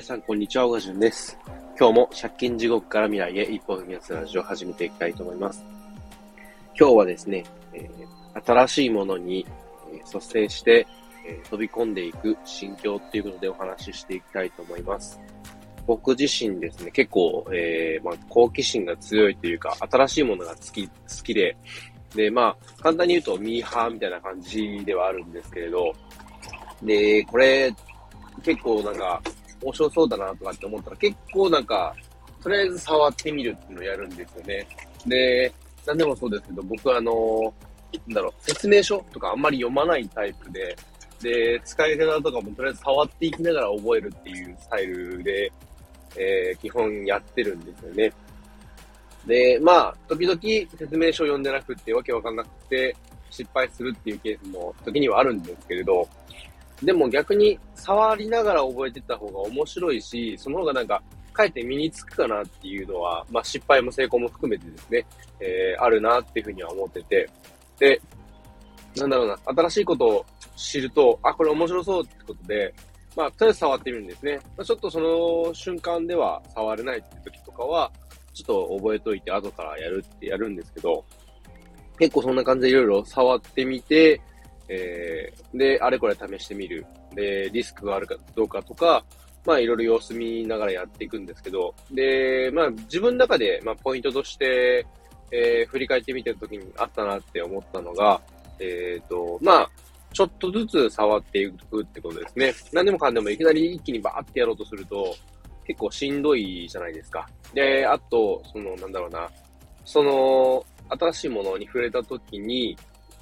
さん、こんにちは。おがじゅんです。今日も借金地獄から未来へ一歩踏み出すラジオを始めていきたいと思います。今日はですね、新しいものに、率先して、飛び込んでいく心境っていうことでお話ししていきたいと思います。僕自身ですね、結構、好奇心が強いというか、新しいものが好きで、で、簡単に言うとミーハーみたいな感じではあるんですけれど、で、これ、結構面白そうだなとかって思ったら結構とりあえず触ってみるっていうのをやるんですよね。で、なんでもそうですけど、僕は説明書とかあんまり読まないタイプで、使い方とかもとりあえず触っていきながら覚えるっていうスタイルで、基本やってるんですよね。で、時々説明書を読んでなくってわけわかんなくて失敗するっていうケースも時にはあるんですけれど、でも逆に触りながら覚えていった方が面白いし、その方がかえって身につくかなっていうのは、失敗も成功も含めてですね、あるなっていうふうには思ってて、で、新しいことを知ると、これ面白そうってことで、とりあえず触ってみるんですね。ちょっとその瞬間では触れないっていう時とかは、ちょっと覚えといて後からやるんですけど、結構そんな感じでいろいろ触ってみて、で、あれこれ試してみる。で、リスクがあるかどうかとか、いろいろ様子見ながらやっていくんですけど、で、自分の中で、ポイントとして、振り返ってみてるときにあったなって思ったのが、ちょっとずつ触っていくってことですね。何でもかんでもいきなり一気にバーってやろうとすると、結構しんどいじゃないですか。で、あと、新しいものに触れたときに、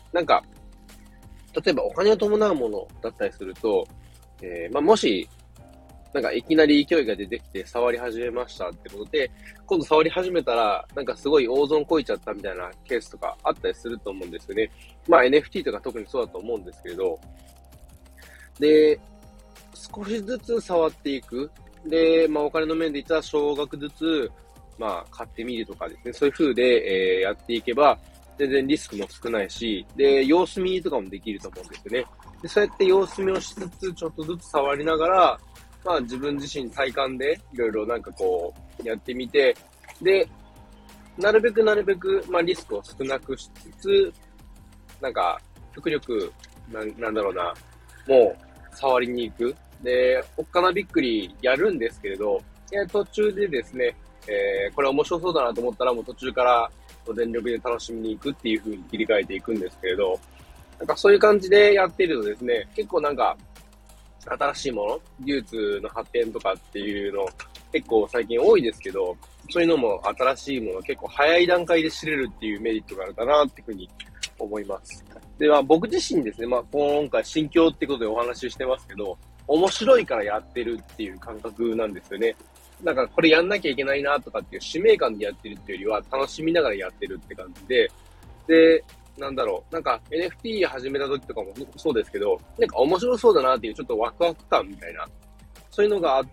例えばお金を伴うものだったりすると、もし、いきなり勢いが出てきて触り始めましたってことで、今度触り始めたら、すごい大損こいちゃったみたいなケースとかあったりすると思うんですよね。NFT とか特にそうだと思うんですけれど、で、少しずつ触っていく。で、お金の面で言ったら少額ずつ、買ってみるとかですね、そういう風で、やっていけば、全然リスクも少ないし、で、様子見とかもできると思うんですよね。で、そうやって様子見をしつつ、ちょっとずつ触りながら、自分自身体感でいろいろやってみて、で、なるべく、リスクを少なくしつつ、極力、もう、触りに行く。で、おっかなびっくりやるんですけれど、途中でですね、これ面白そうだなと思ったらもう途中から全力で楽しみに行くっていう風に切り替えていくんですけれど、そういう感じでやっているとですね、結構新しいもの、技術の発展とかっていうの結構最近多いですけど、そういうのも新しいもの結構早い段階で知れるっていうメリットがあるかなっていうふうに思います。では、僕自身ですね、今回心境ってことでお話ししてますけど、面白いからやってるっていう感覚なんですよね。これやんなきゃいけないなとかっていう使命感でやってるっていうよりは楽しみながらやってるって感じで、NFT 始めた時とかもそうですけど、面白そうだなっていうちょっとワクワク感みたいな、そういうのがあって、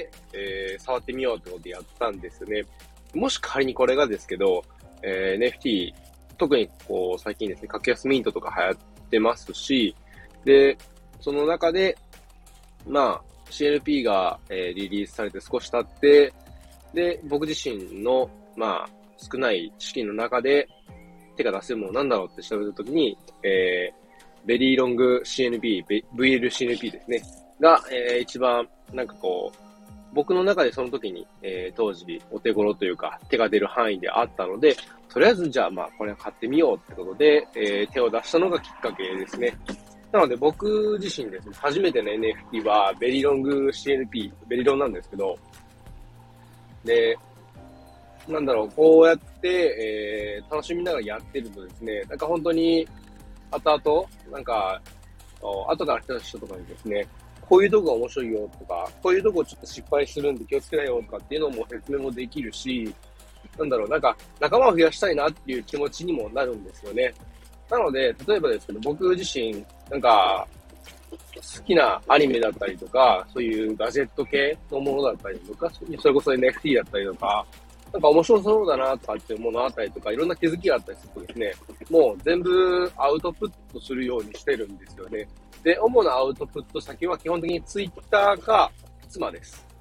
触ってみようってことでやったんですよね。もし仮にこれがですけど、NFT、特に最近ですね、格安ミントとか流行ってますし、で、その中で、CNP が、リリースされて少し経って、で、僕自身の、少ない資金の中で、手が出せるものなんだろうって調べたときに、ベリーロング CNP、VLCNP ですね。が、一番、僕の中でその時に、当時お手頃というか、手が出る範囲であったので、とりあえずじゃあこれを買ってみようってことで、手を出したのがきっかけですね。なので僕自身ですね、初めての NFT はベリーロング CNP、ベリロンなんですけど、で、こうやって、楽しみながらやってるとですね、本当に、後々、後から来た人とかにですね、こういうとこが面白いよとか、こういうとこちょっと失敗するんで気をつけないよとかっていうのも説明もできるし、仲間を増やしたいなっていう気持ちにもなるんですよね。なので、例えばですけど、僕自身、好きなアニメだったりとか、そういうガジェット系のものだったりとか、それこそ NFT だったりとか、面白そうだなとかっていうものあったりとか、いろんな気づきがあったりするとですね、もう全部アウトプットするようにしてるんですよね。で、主なアウトプット先は基本的にツイッターか妻です。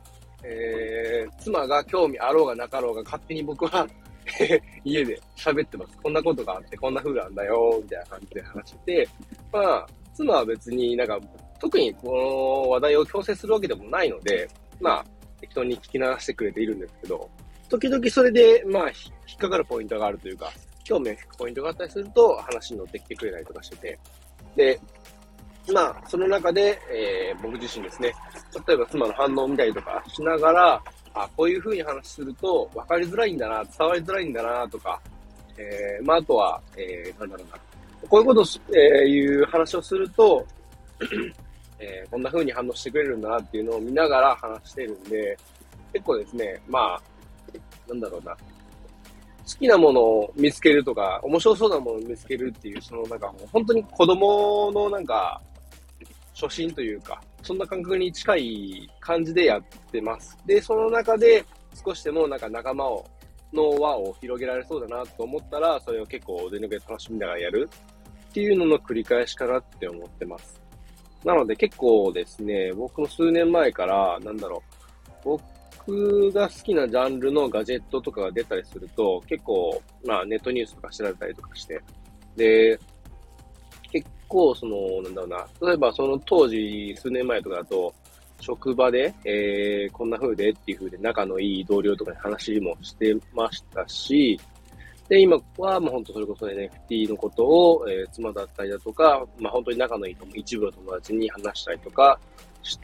妻が興味あろうがなかろうが勝手に僕は家で喋ってます。こんなことがあって、こんな風なんだよ、みたいな感じで話してて、まあ、妻は別になんか、特にこの話題を強制するわけでもないので、まあ、適当に聞き流してくれているんですけど、時々それで、まあ、引っかかるポイントがあるというか、興味を引くポイントがあったりすると、話に乗ってきてくれたりとかしてて、で、まあ、その中で、僕自身ですね、例えば妻の反応を見たりとかしながら、こういう風に話すると分かりづらいんだな、伝わりづらいんだな、とか、まあ、あとは、なんだろうな、こういうことを、いう話をすると、こんな風に反応してくれるんだなっていうのを見ながら話してるんで、結構ですね、まあ、なんだろうな、好きなものを見つけるとか、面白そうなものを見つけるっていう、そのなんか本当に子供のなんか、初心というか、そんな感覚に近い感じでやってます。で、その中で少しでもなんか仲間の輪を広げられそうだなと思ったら、それを結構全力で楽しみながらやるっていうのの繰り返しかなって思ってます。なので結構ですね、僕も数年前から、なんだろう、僕が好きなジャンルのガジェットとかが出たりすると、結構、まあネットニュースとか調べたりとかして、で、結構、なんだろうな、例えばその当時、数年前とかだと、職場で、こんな風でっていう風で仲のいい同僚とかに話もしてましたし、で、今はもう本当それこそ NFT のことを、妻だったりだとか、まあ本当に仲のいい一部の友達に話したりとかして、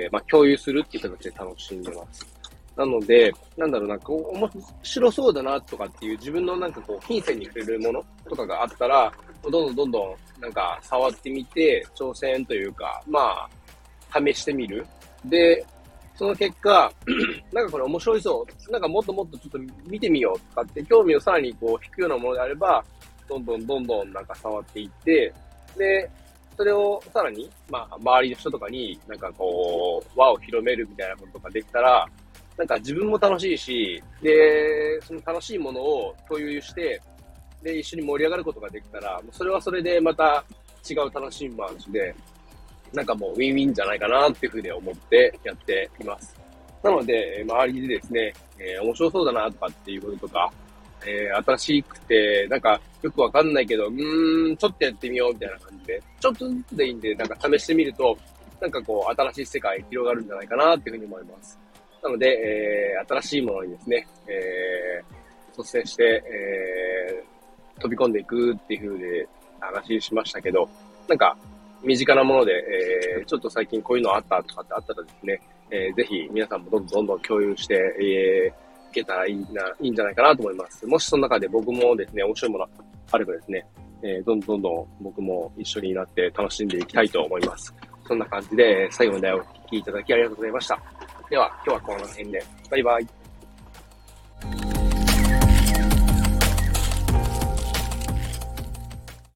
まあ共有するっていう形で楽しんでます。なので、なんだろうな、こう、面白そうだなとかっていう自分のなんかこう、金銭に触れるものとかがあったら、どんどん、なんか触ってみて、挑戦というか、まあ、試してみる。で、その結果、なんかこれ面白いそう。なんかもっともっとちょっと見てみようとかって興味をさらにこう引くようなものであれば、どんどんなんか触っていって、で、それをさらに、まあ、周りの人とかになんかこう、輪を広めるみたいなことができたら、なんか自分も楽しいし、で、その楽しいものを共有して、で、一緒に盛り上がることができたら、それはそれでまた違う楽しみもあるしで、なんかもうウィンウィンじゃないかなっていうふうに思ってやっています。なので、周りでですね、面白そうだなとかっていうこととか、新しくて、なんかよくわかんないけど、ちょっとやってみようみたいな感じで、ちょっとずつでいいんで、なんか試してみると、なんかこう、新しい世界広がるんじゃないかなっていうふうに思います。なので、新しいものにですね、率先して、飛び込んでいくっていう風で話しましたけど、なんか、身近なもので、ちょっと最近こういうのあったとかってあったらですね、ぜひ皆さんもどんどん共有して、いけたらいいんじゃないかなと思います。もしその中で僕もですね、面白いものあればですね、どんどん僕も一緒になって楽しんでいきたいと思います。そんな感じで、最後までお聞きいただきありがとうございました。では、今日はこの辺で。バイバイ。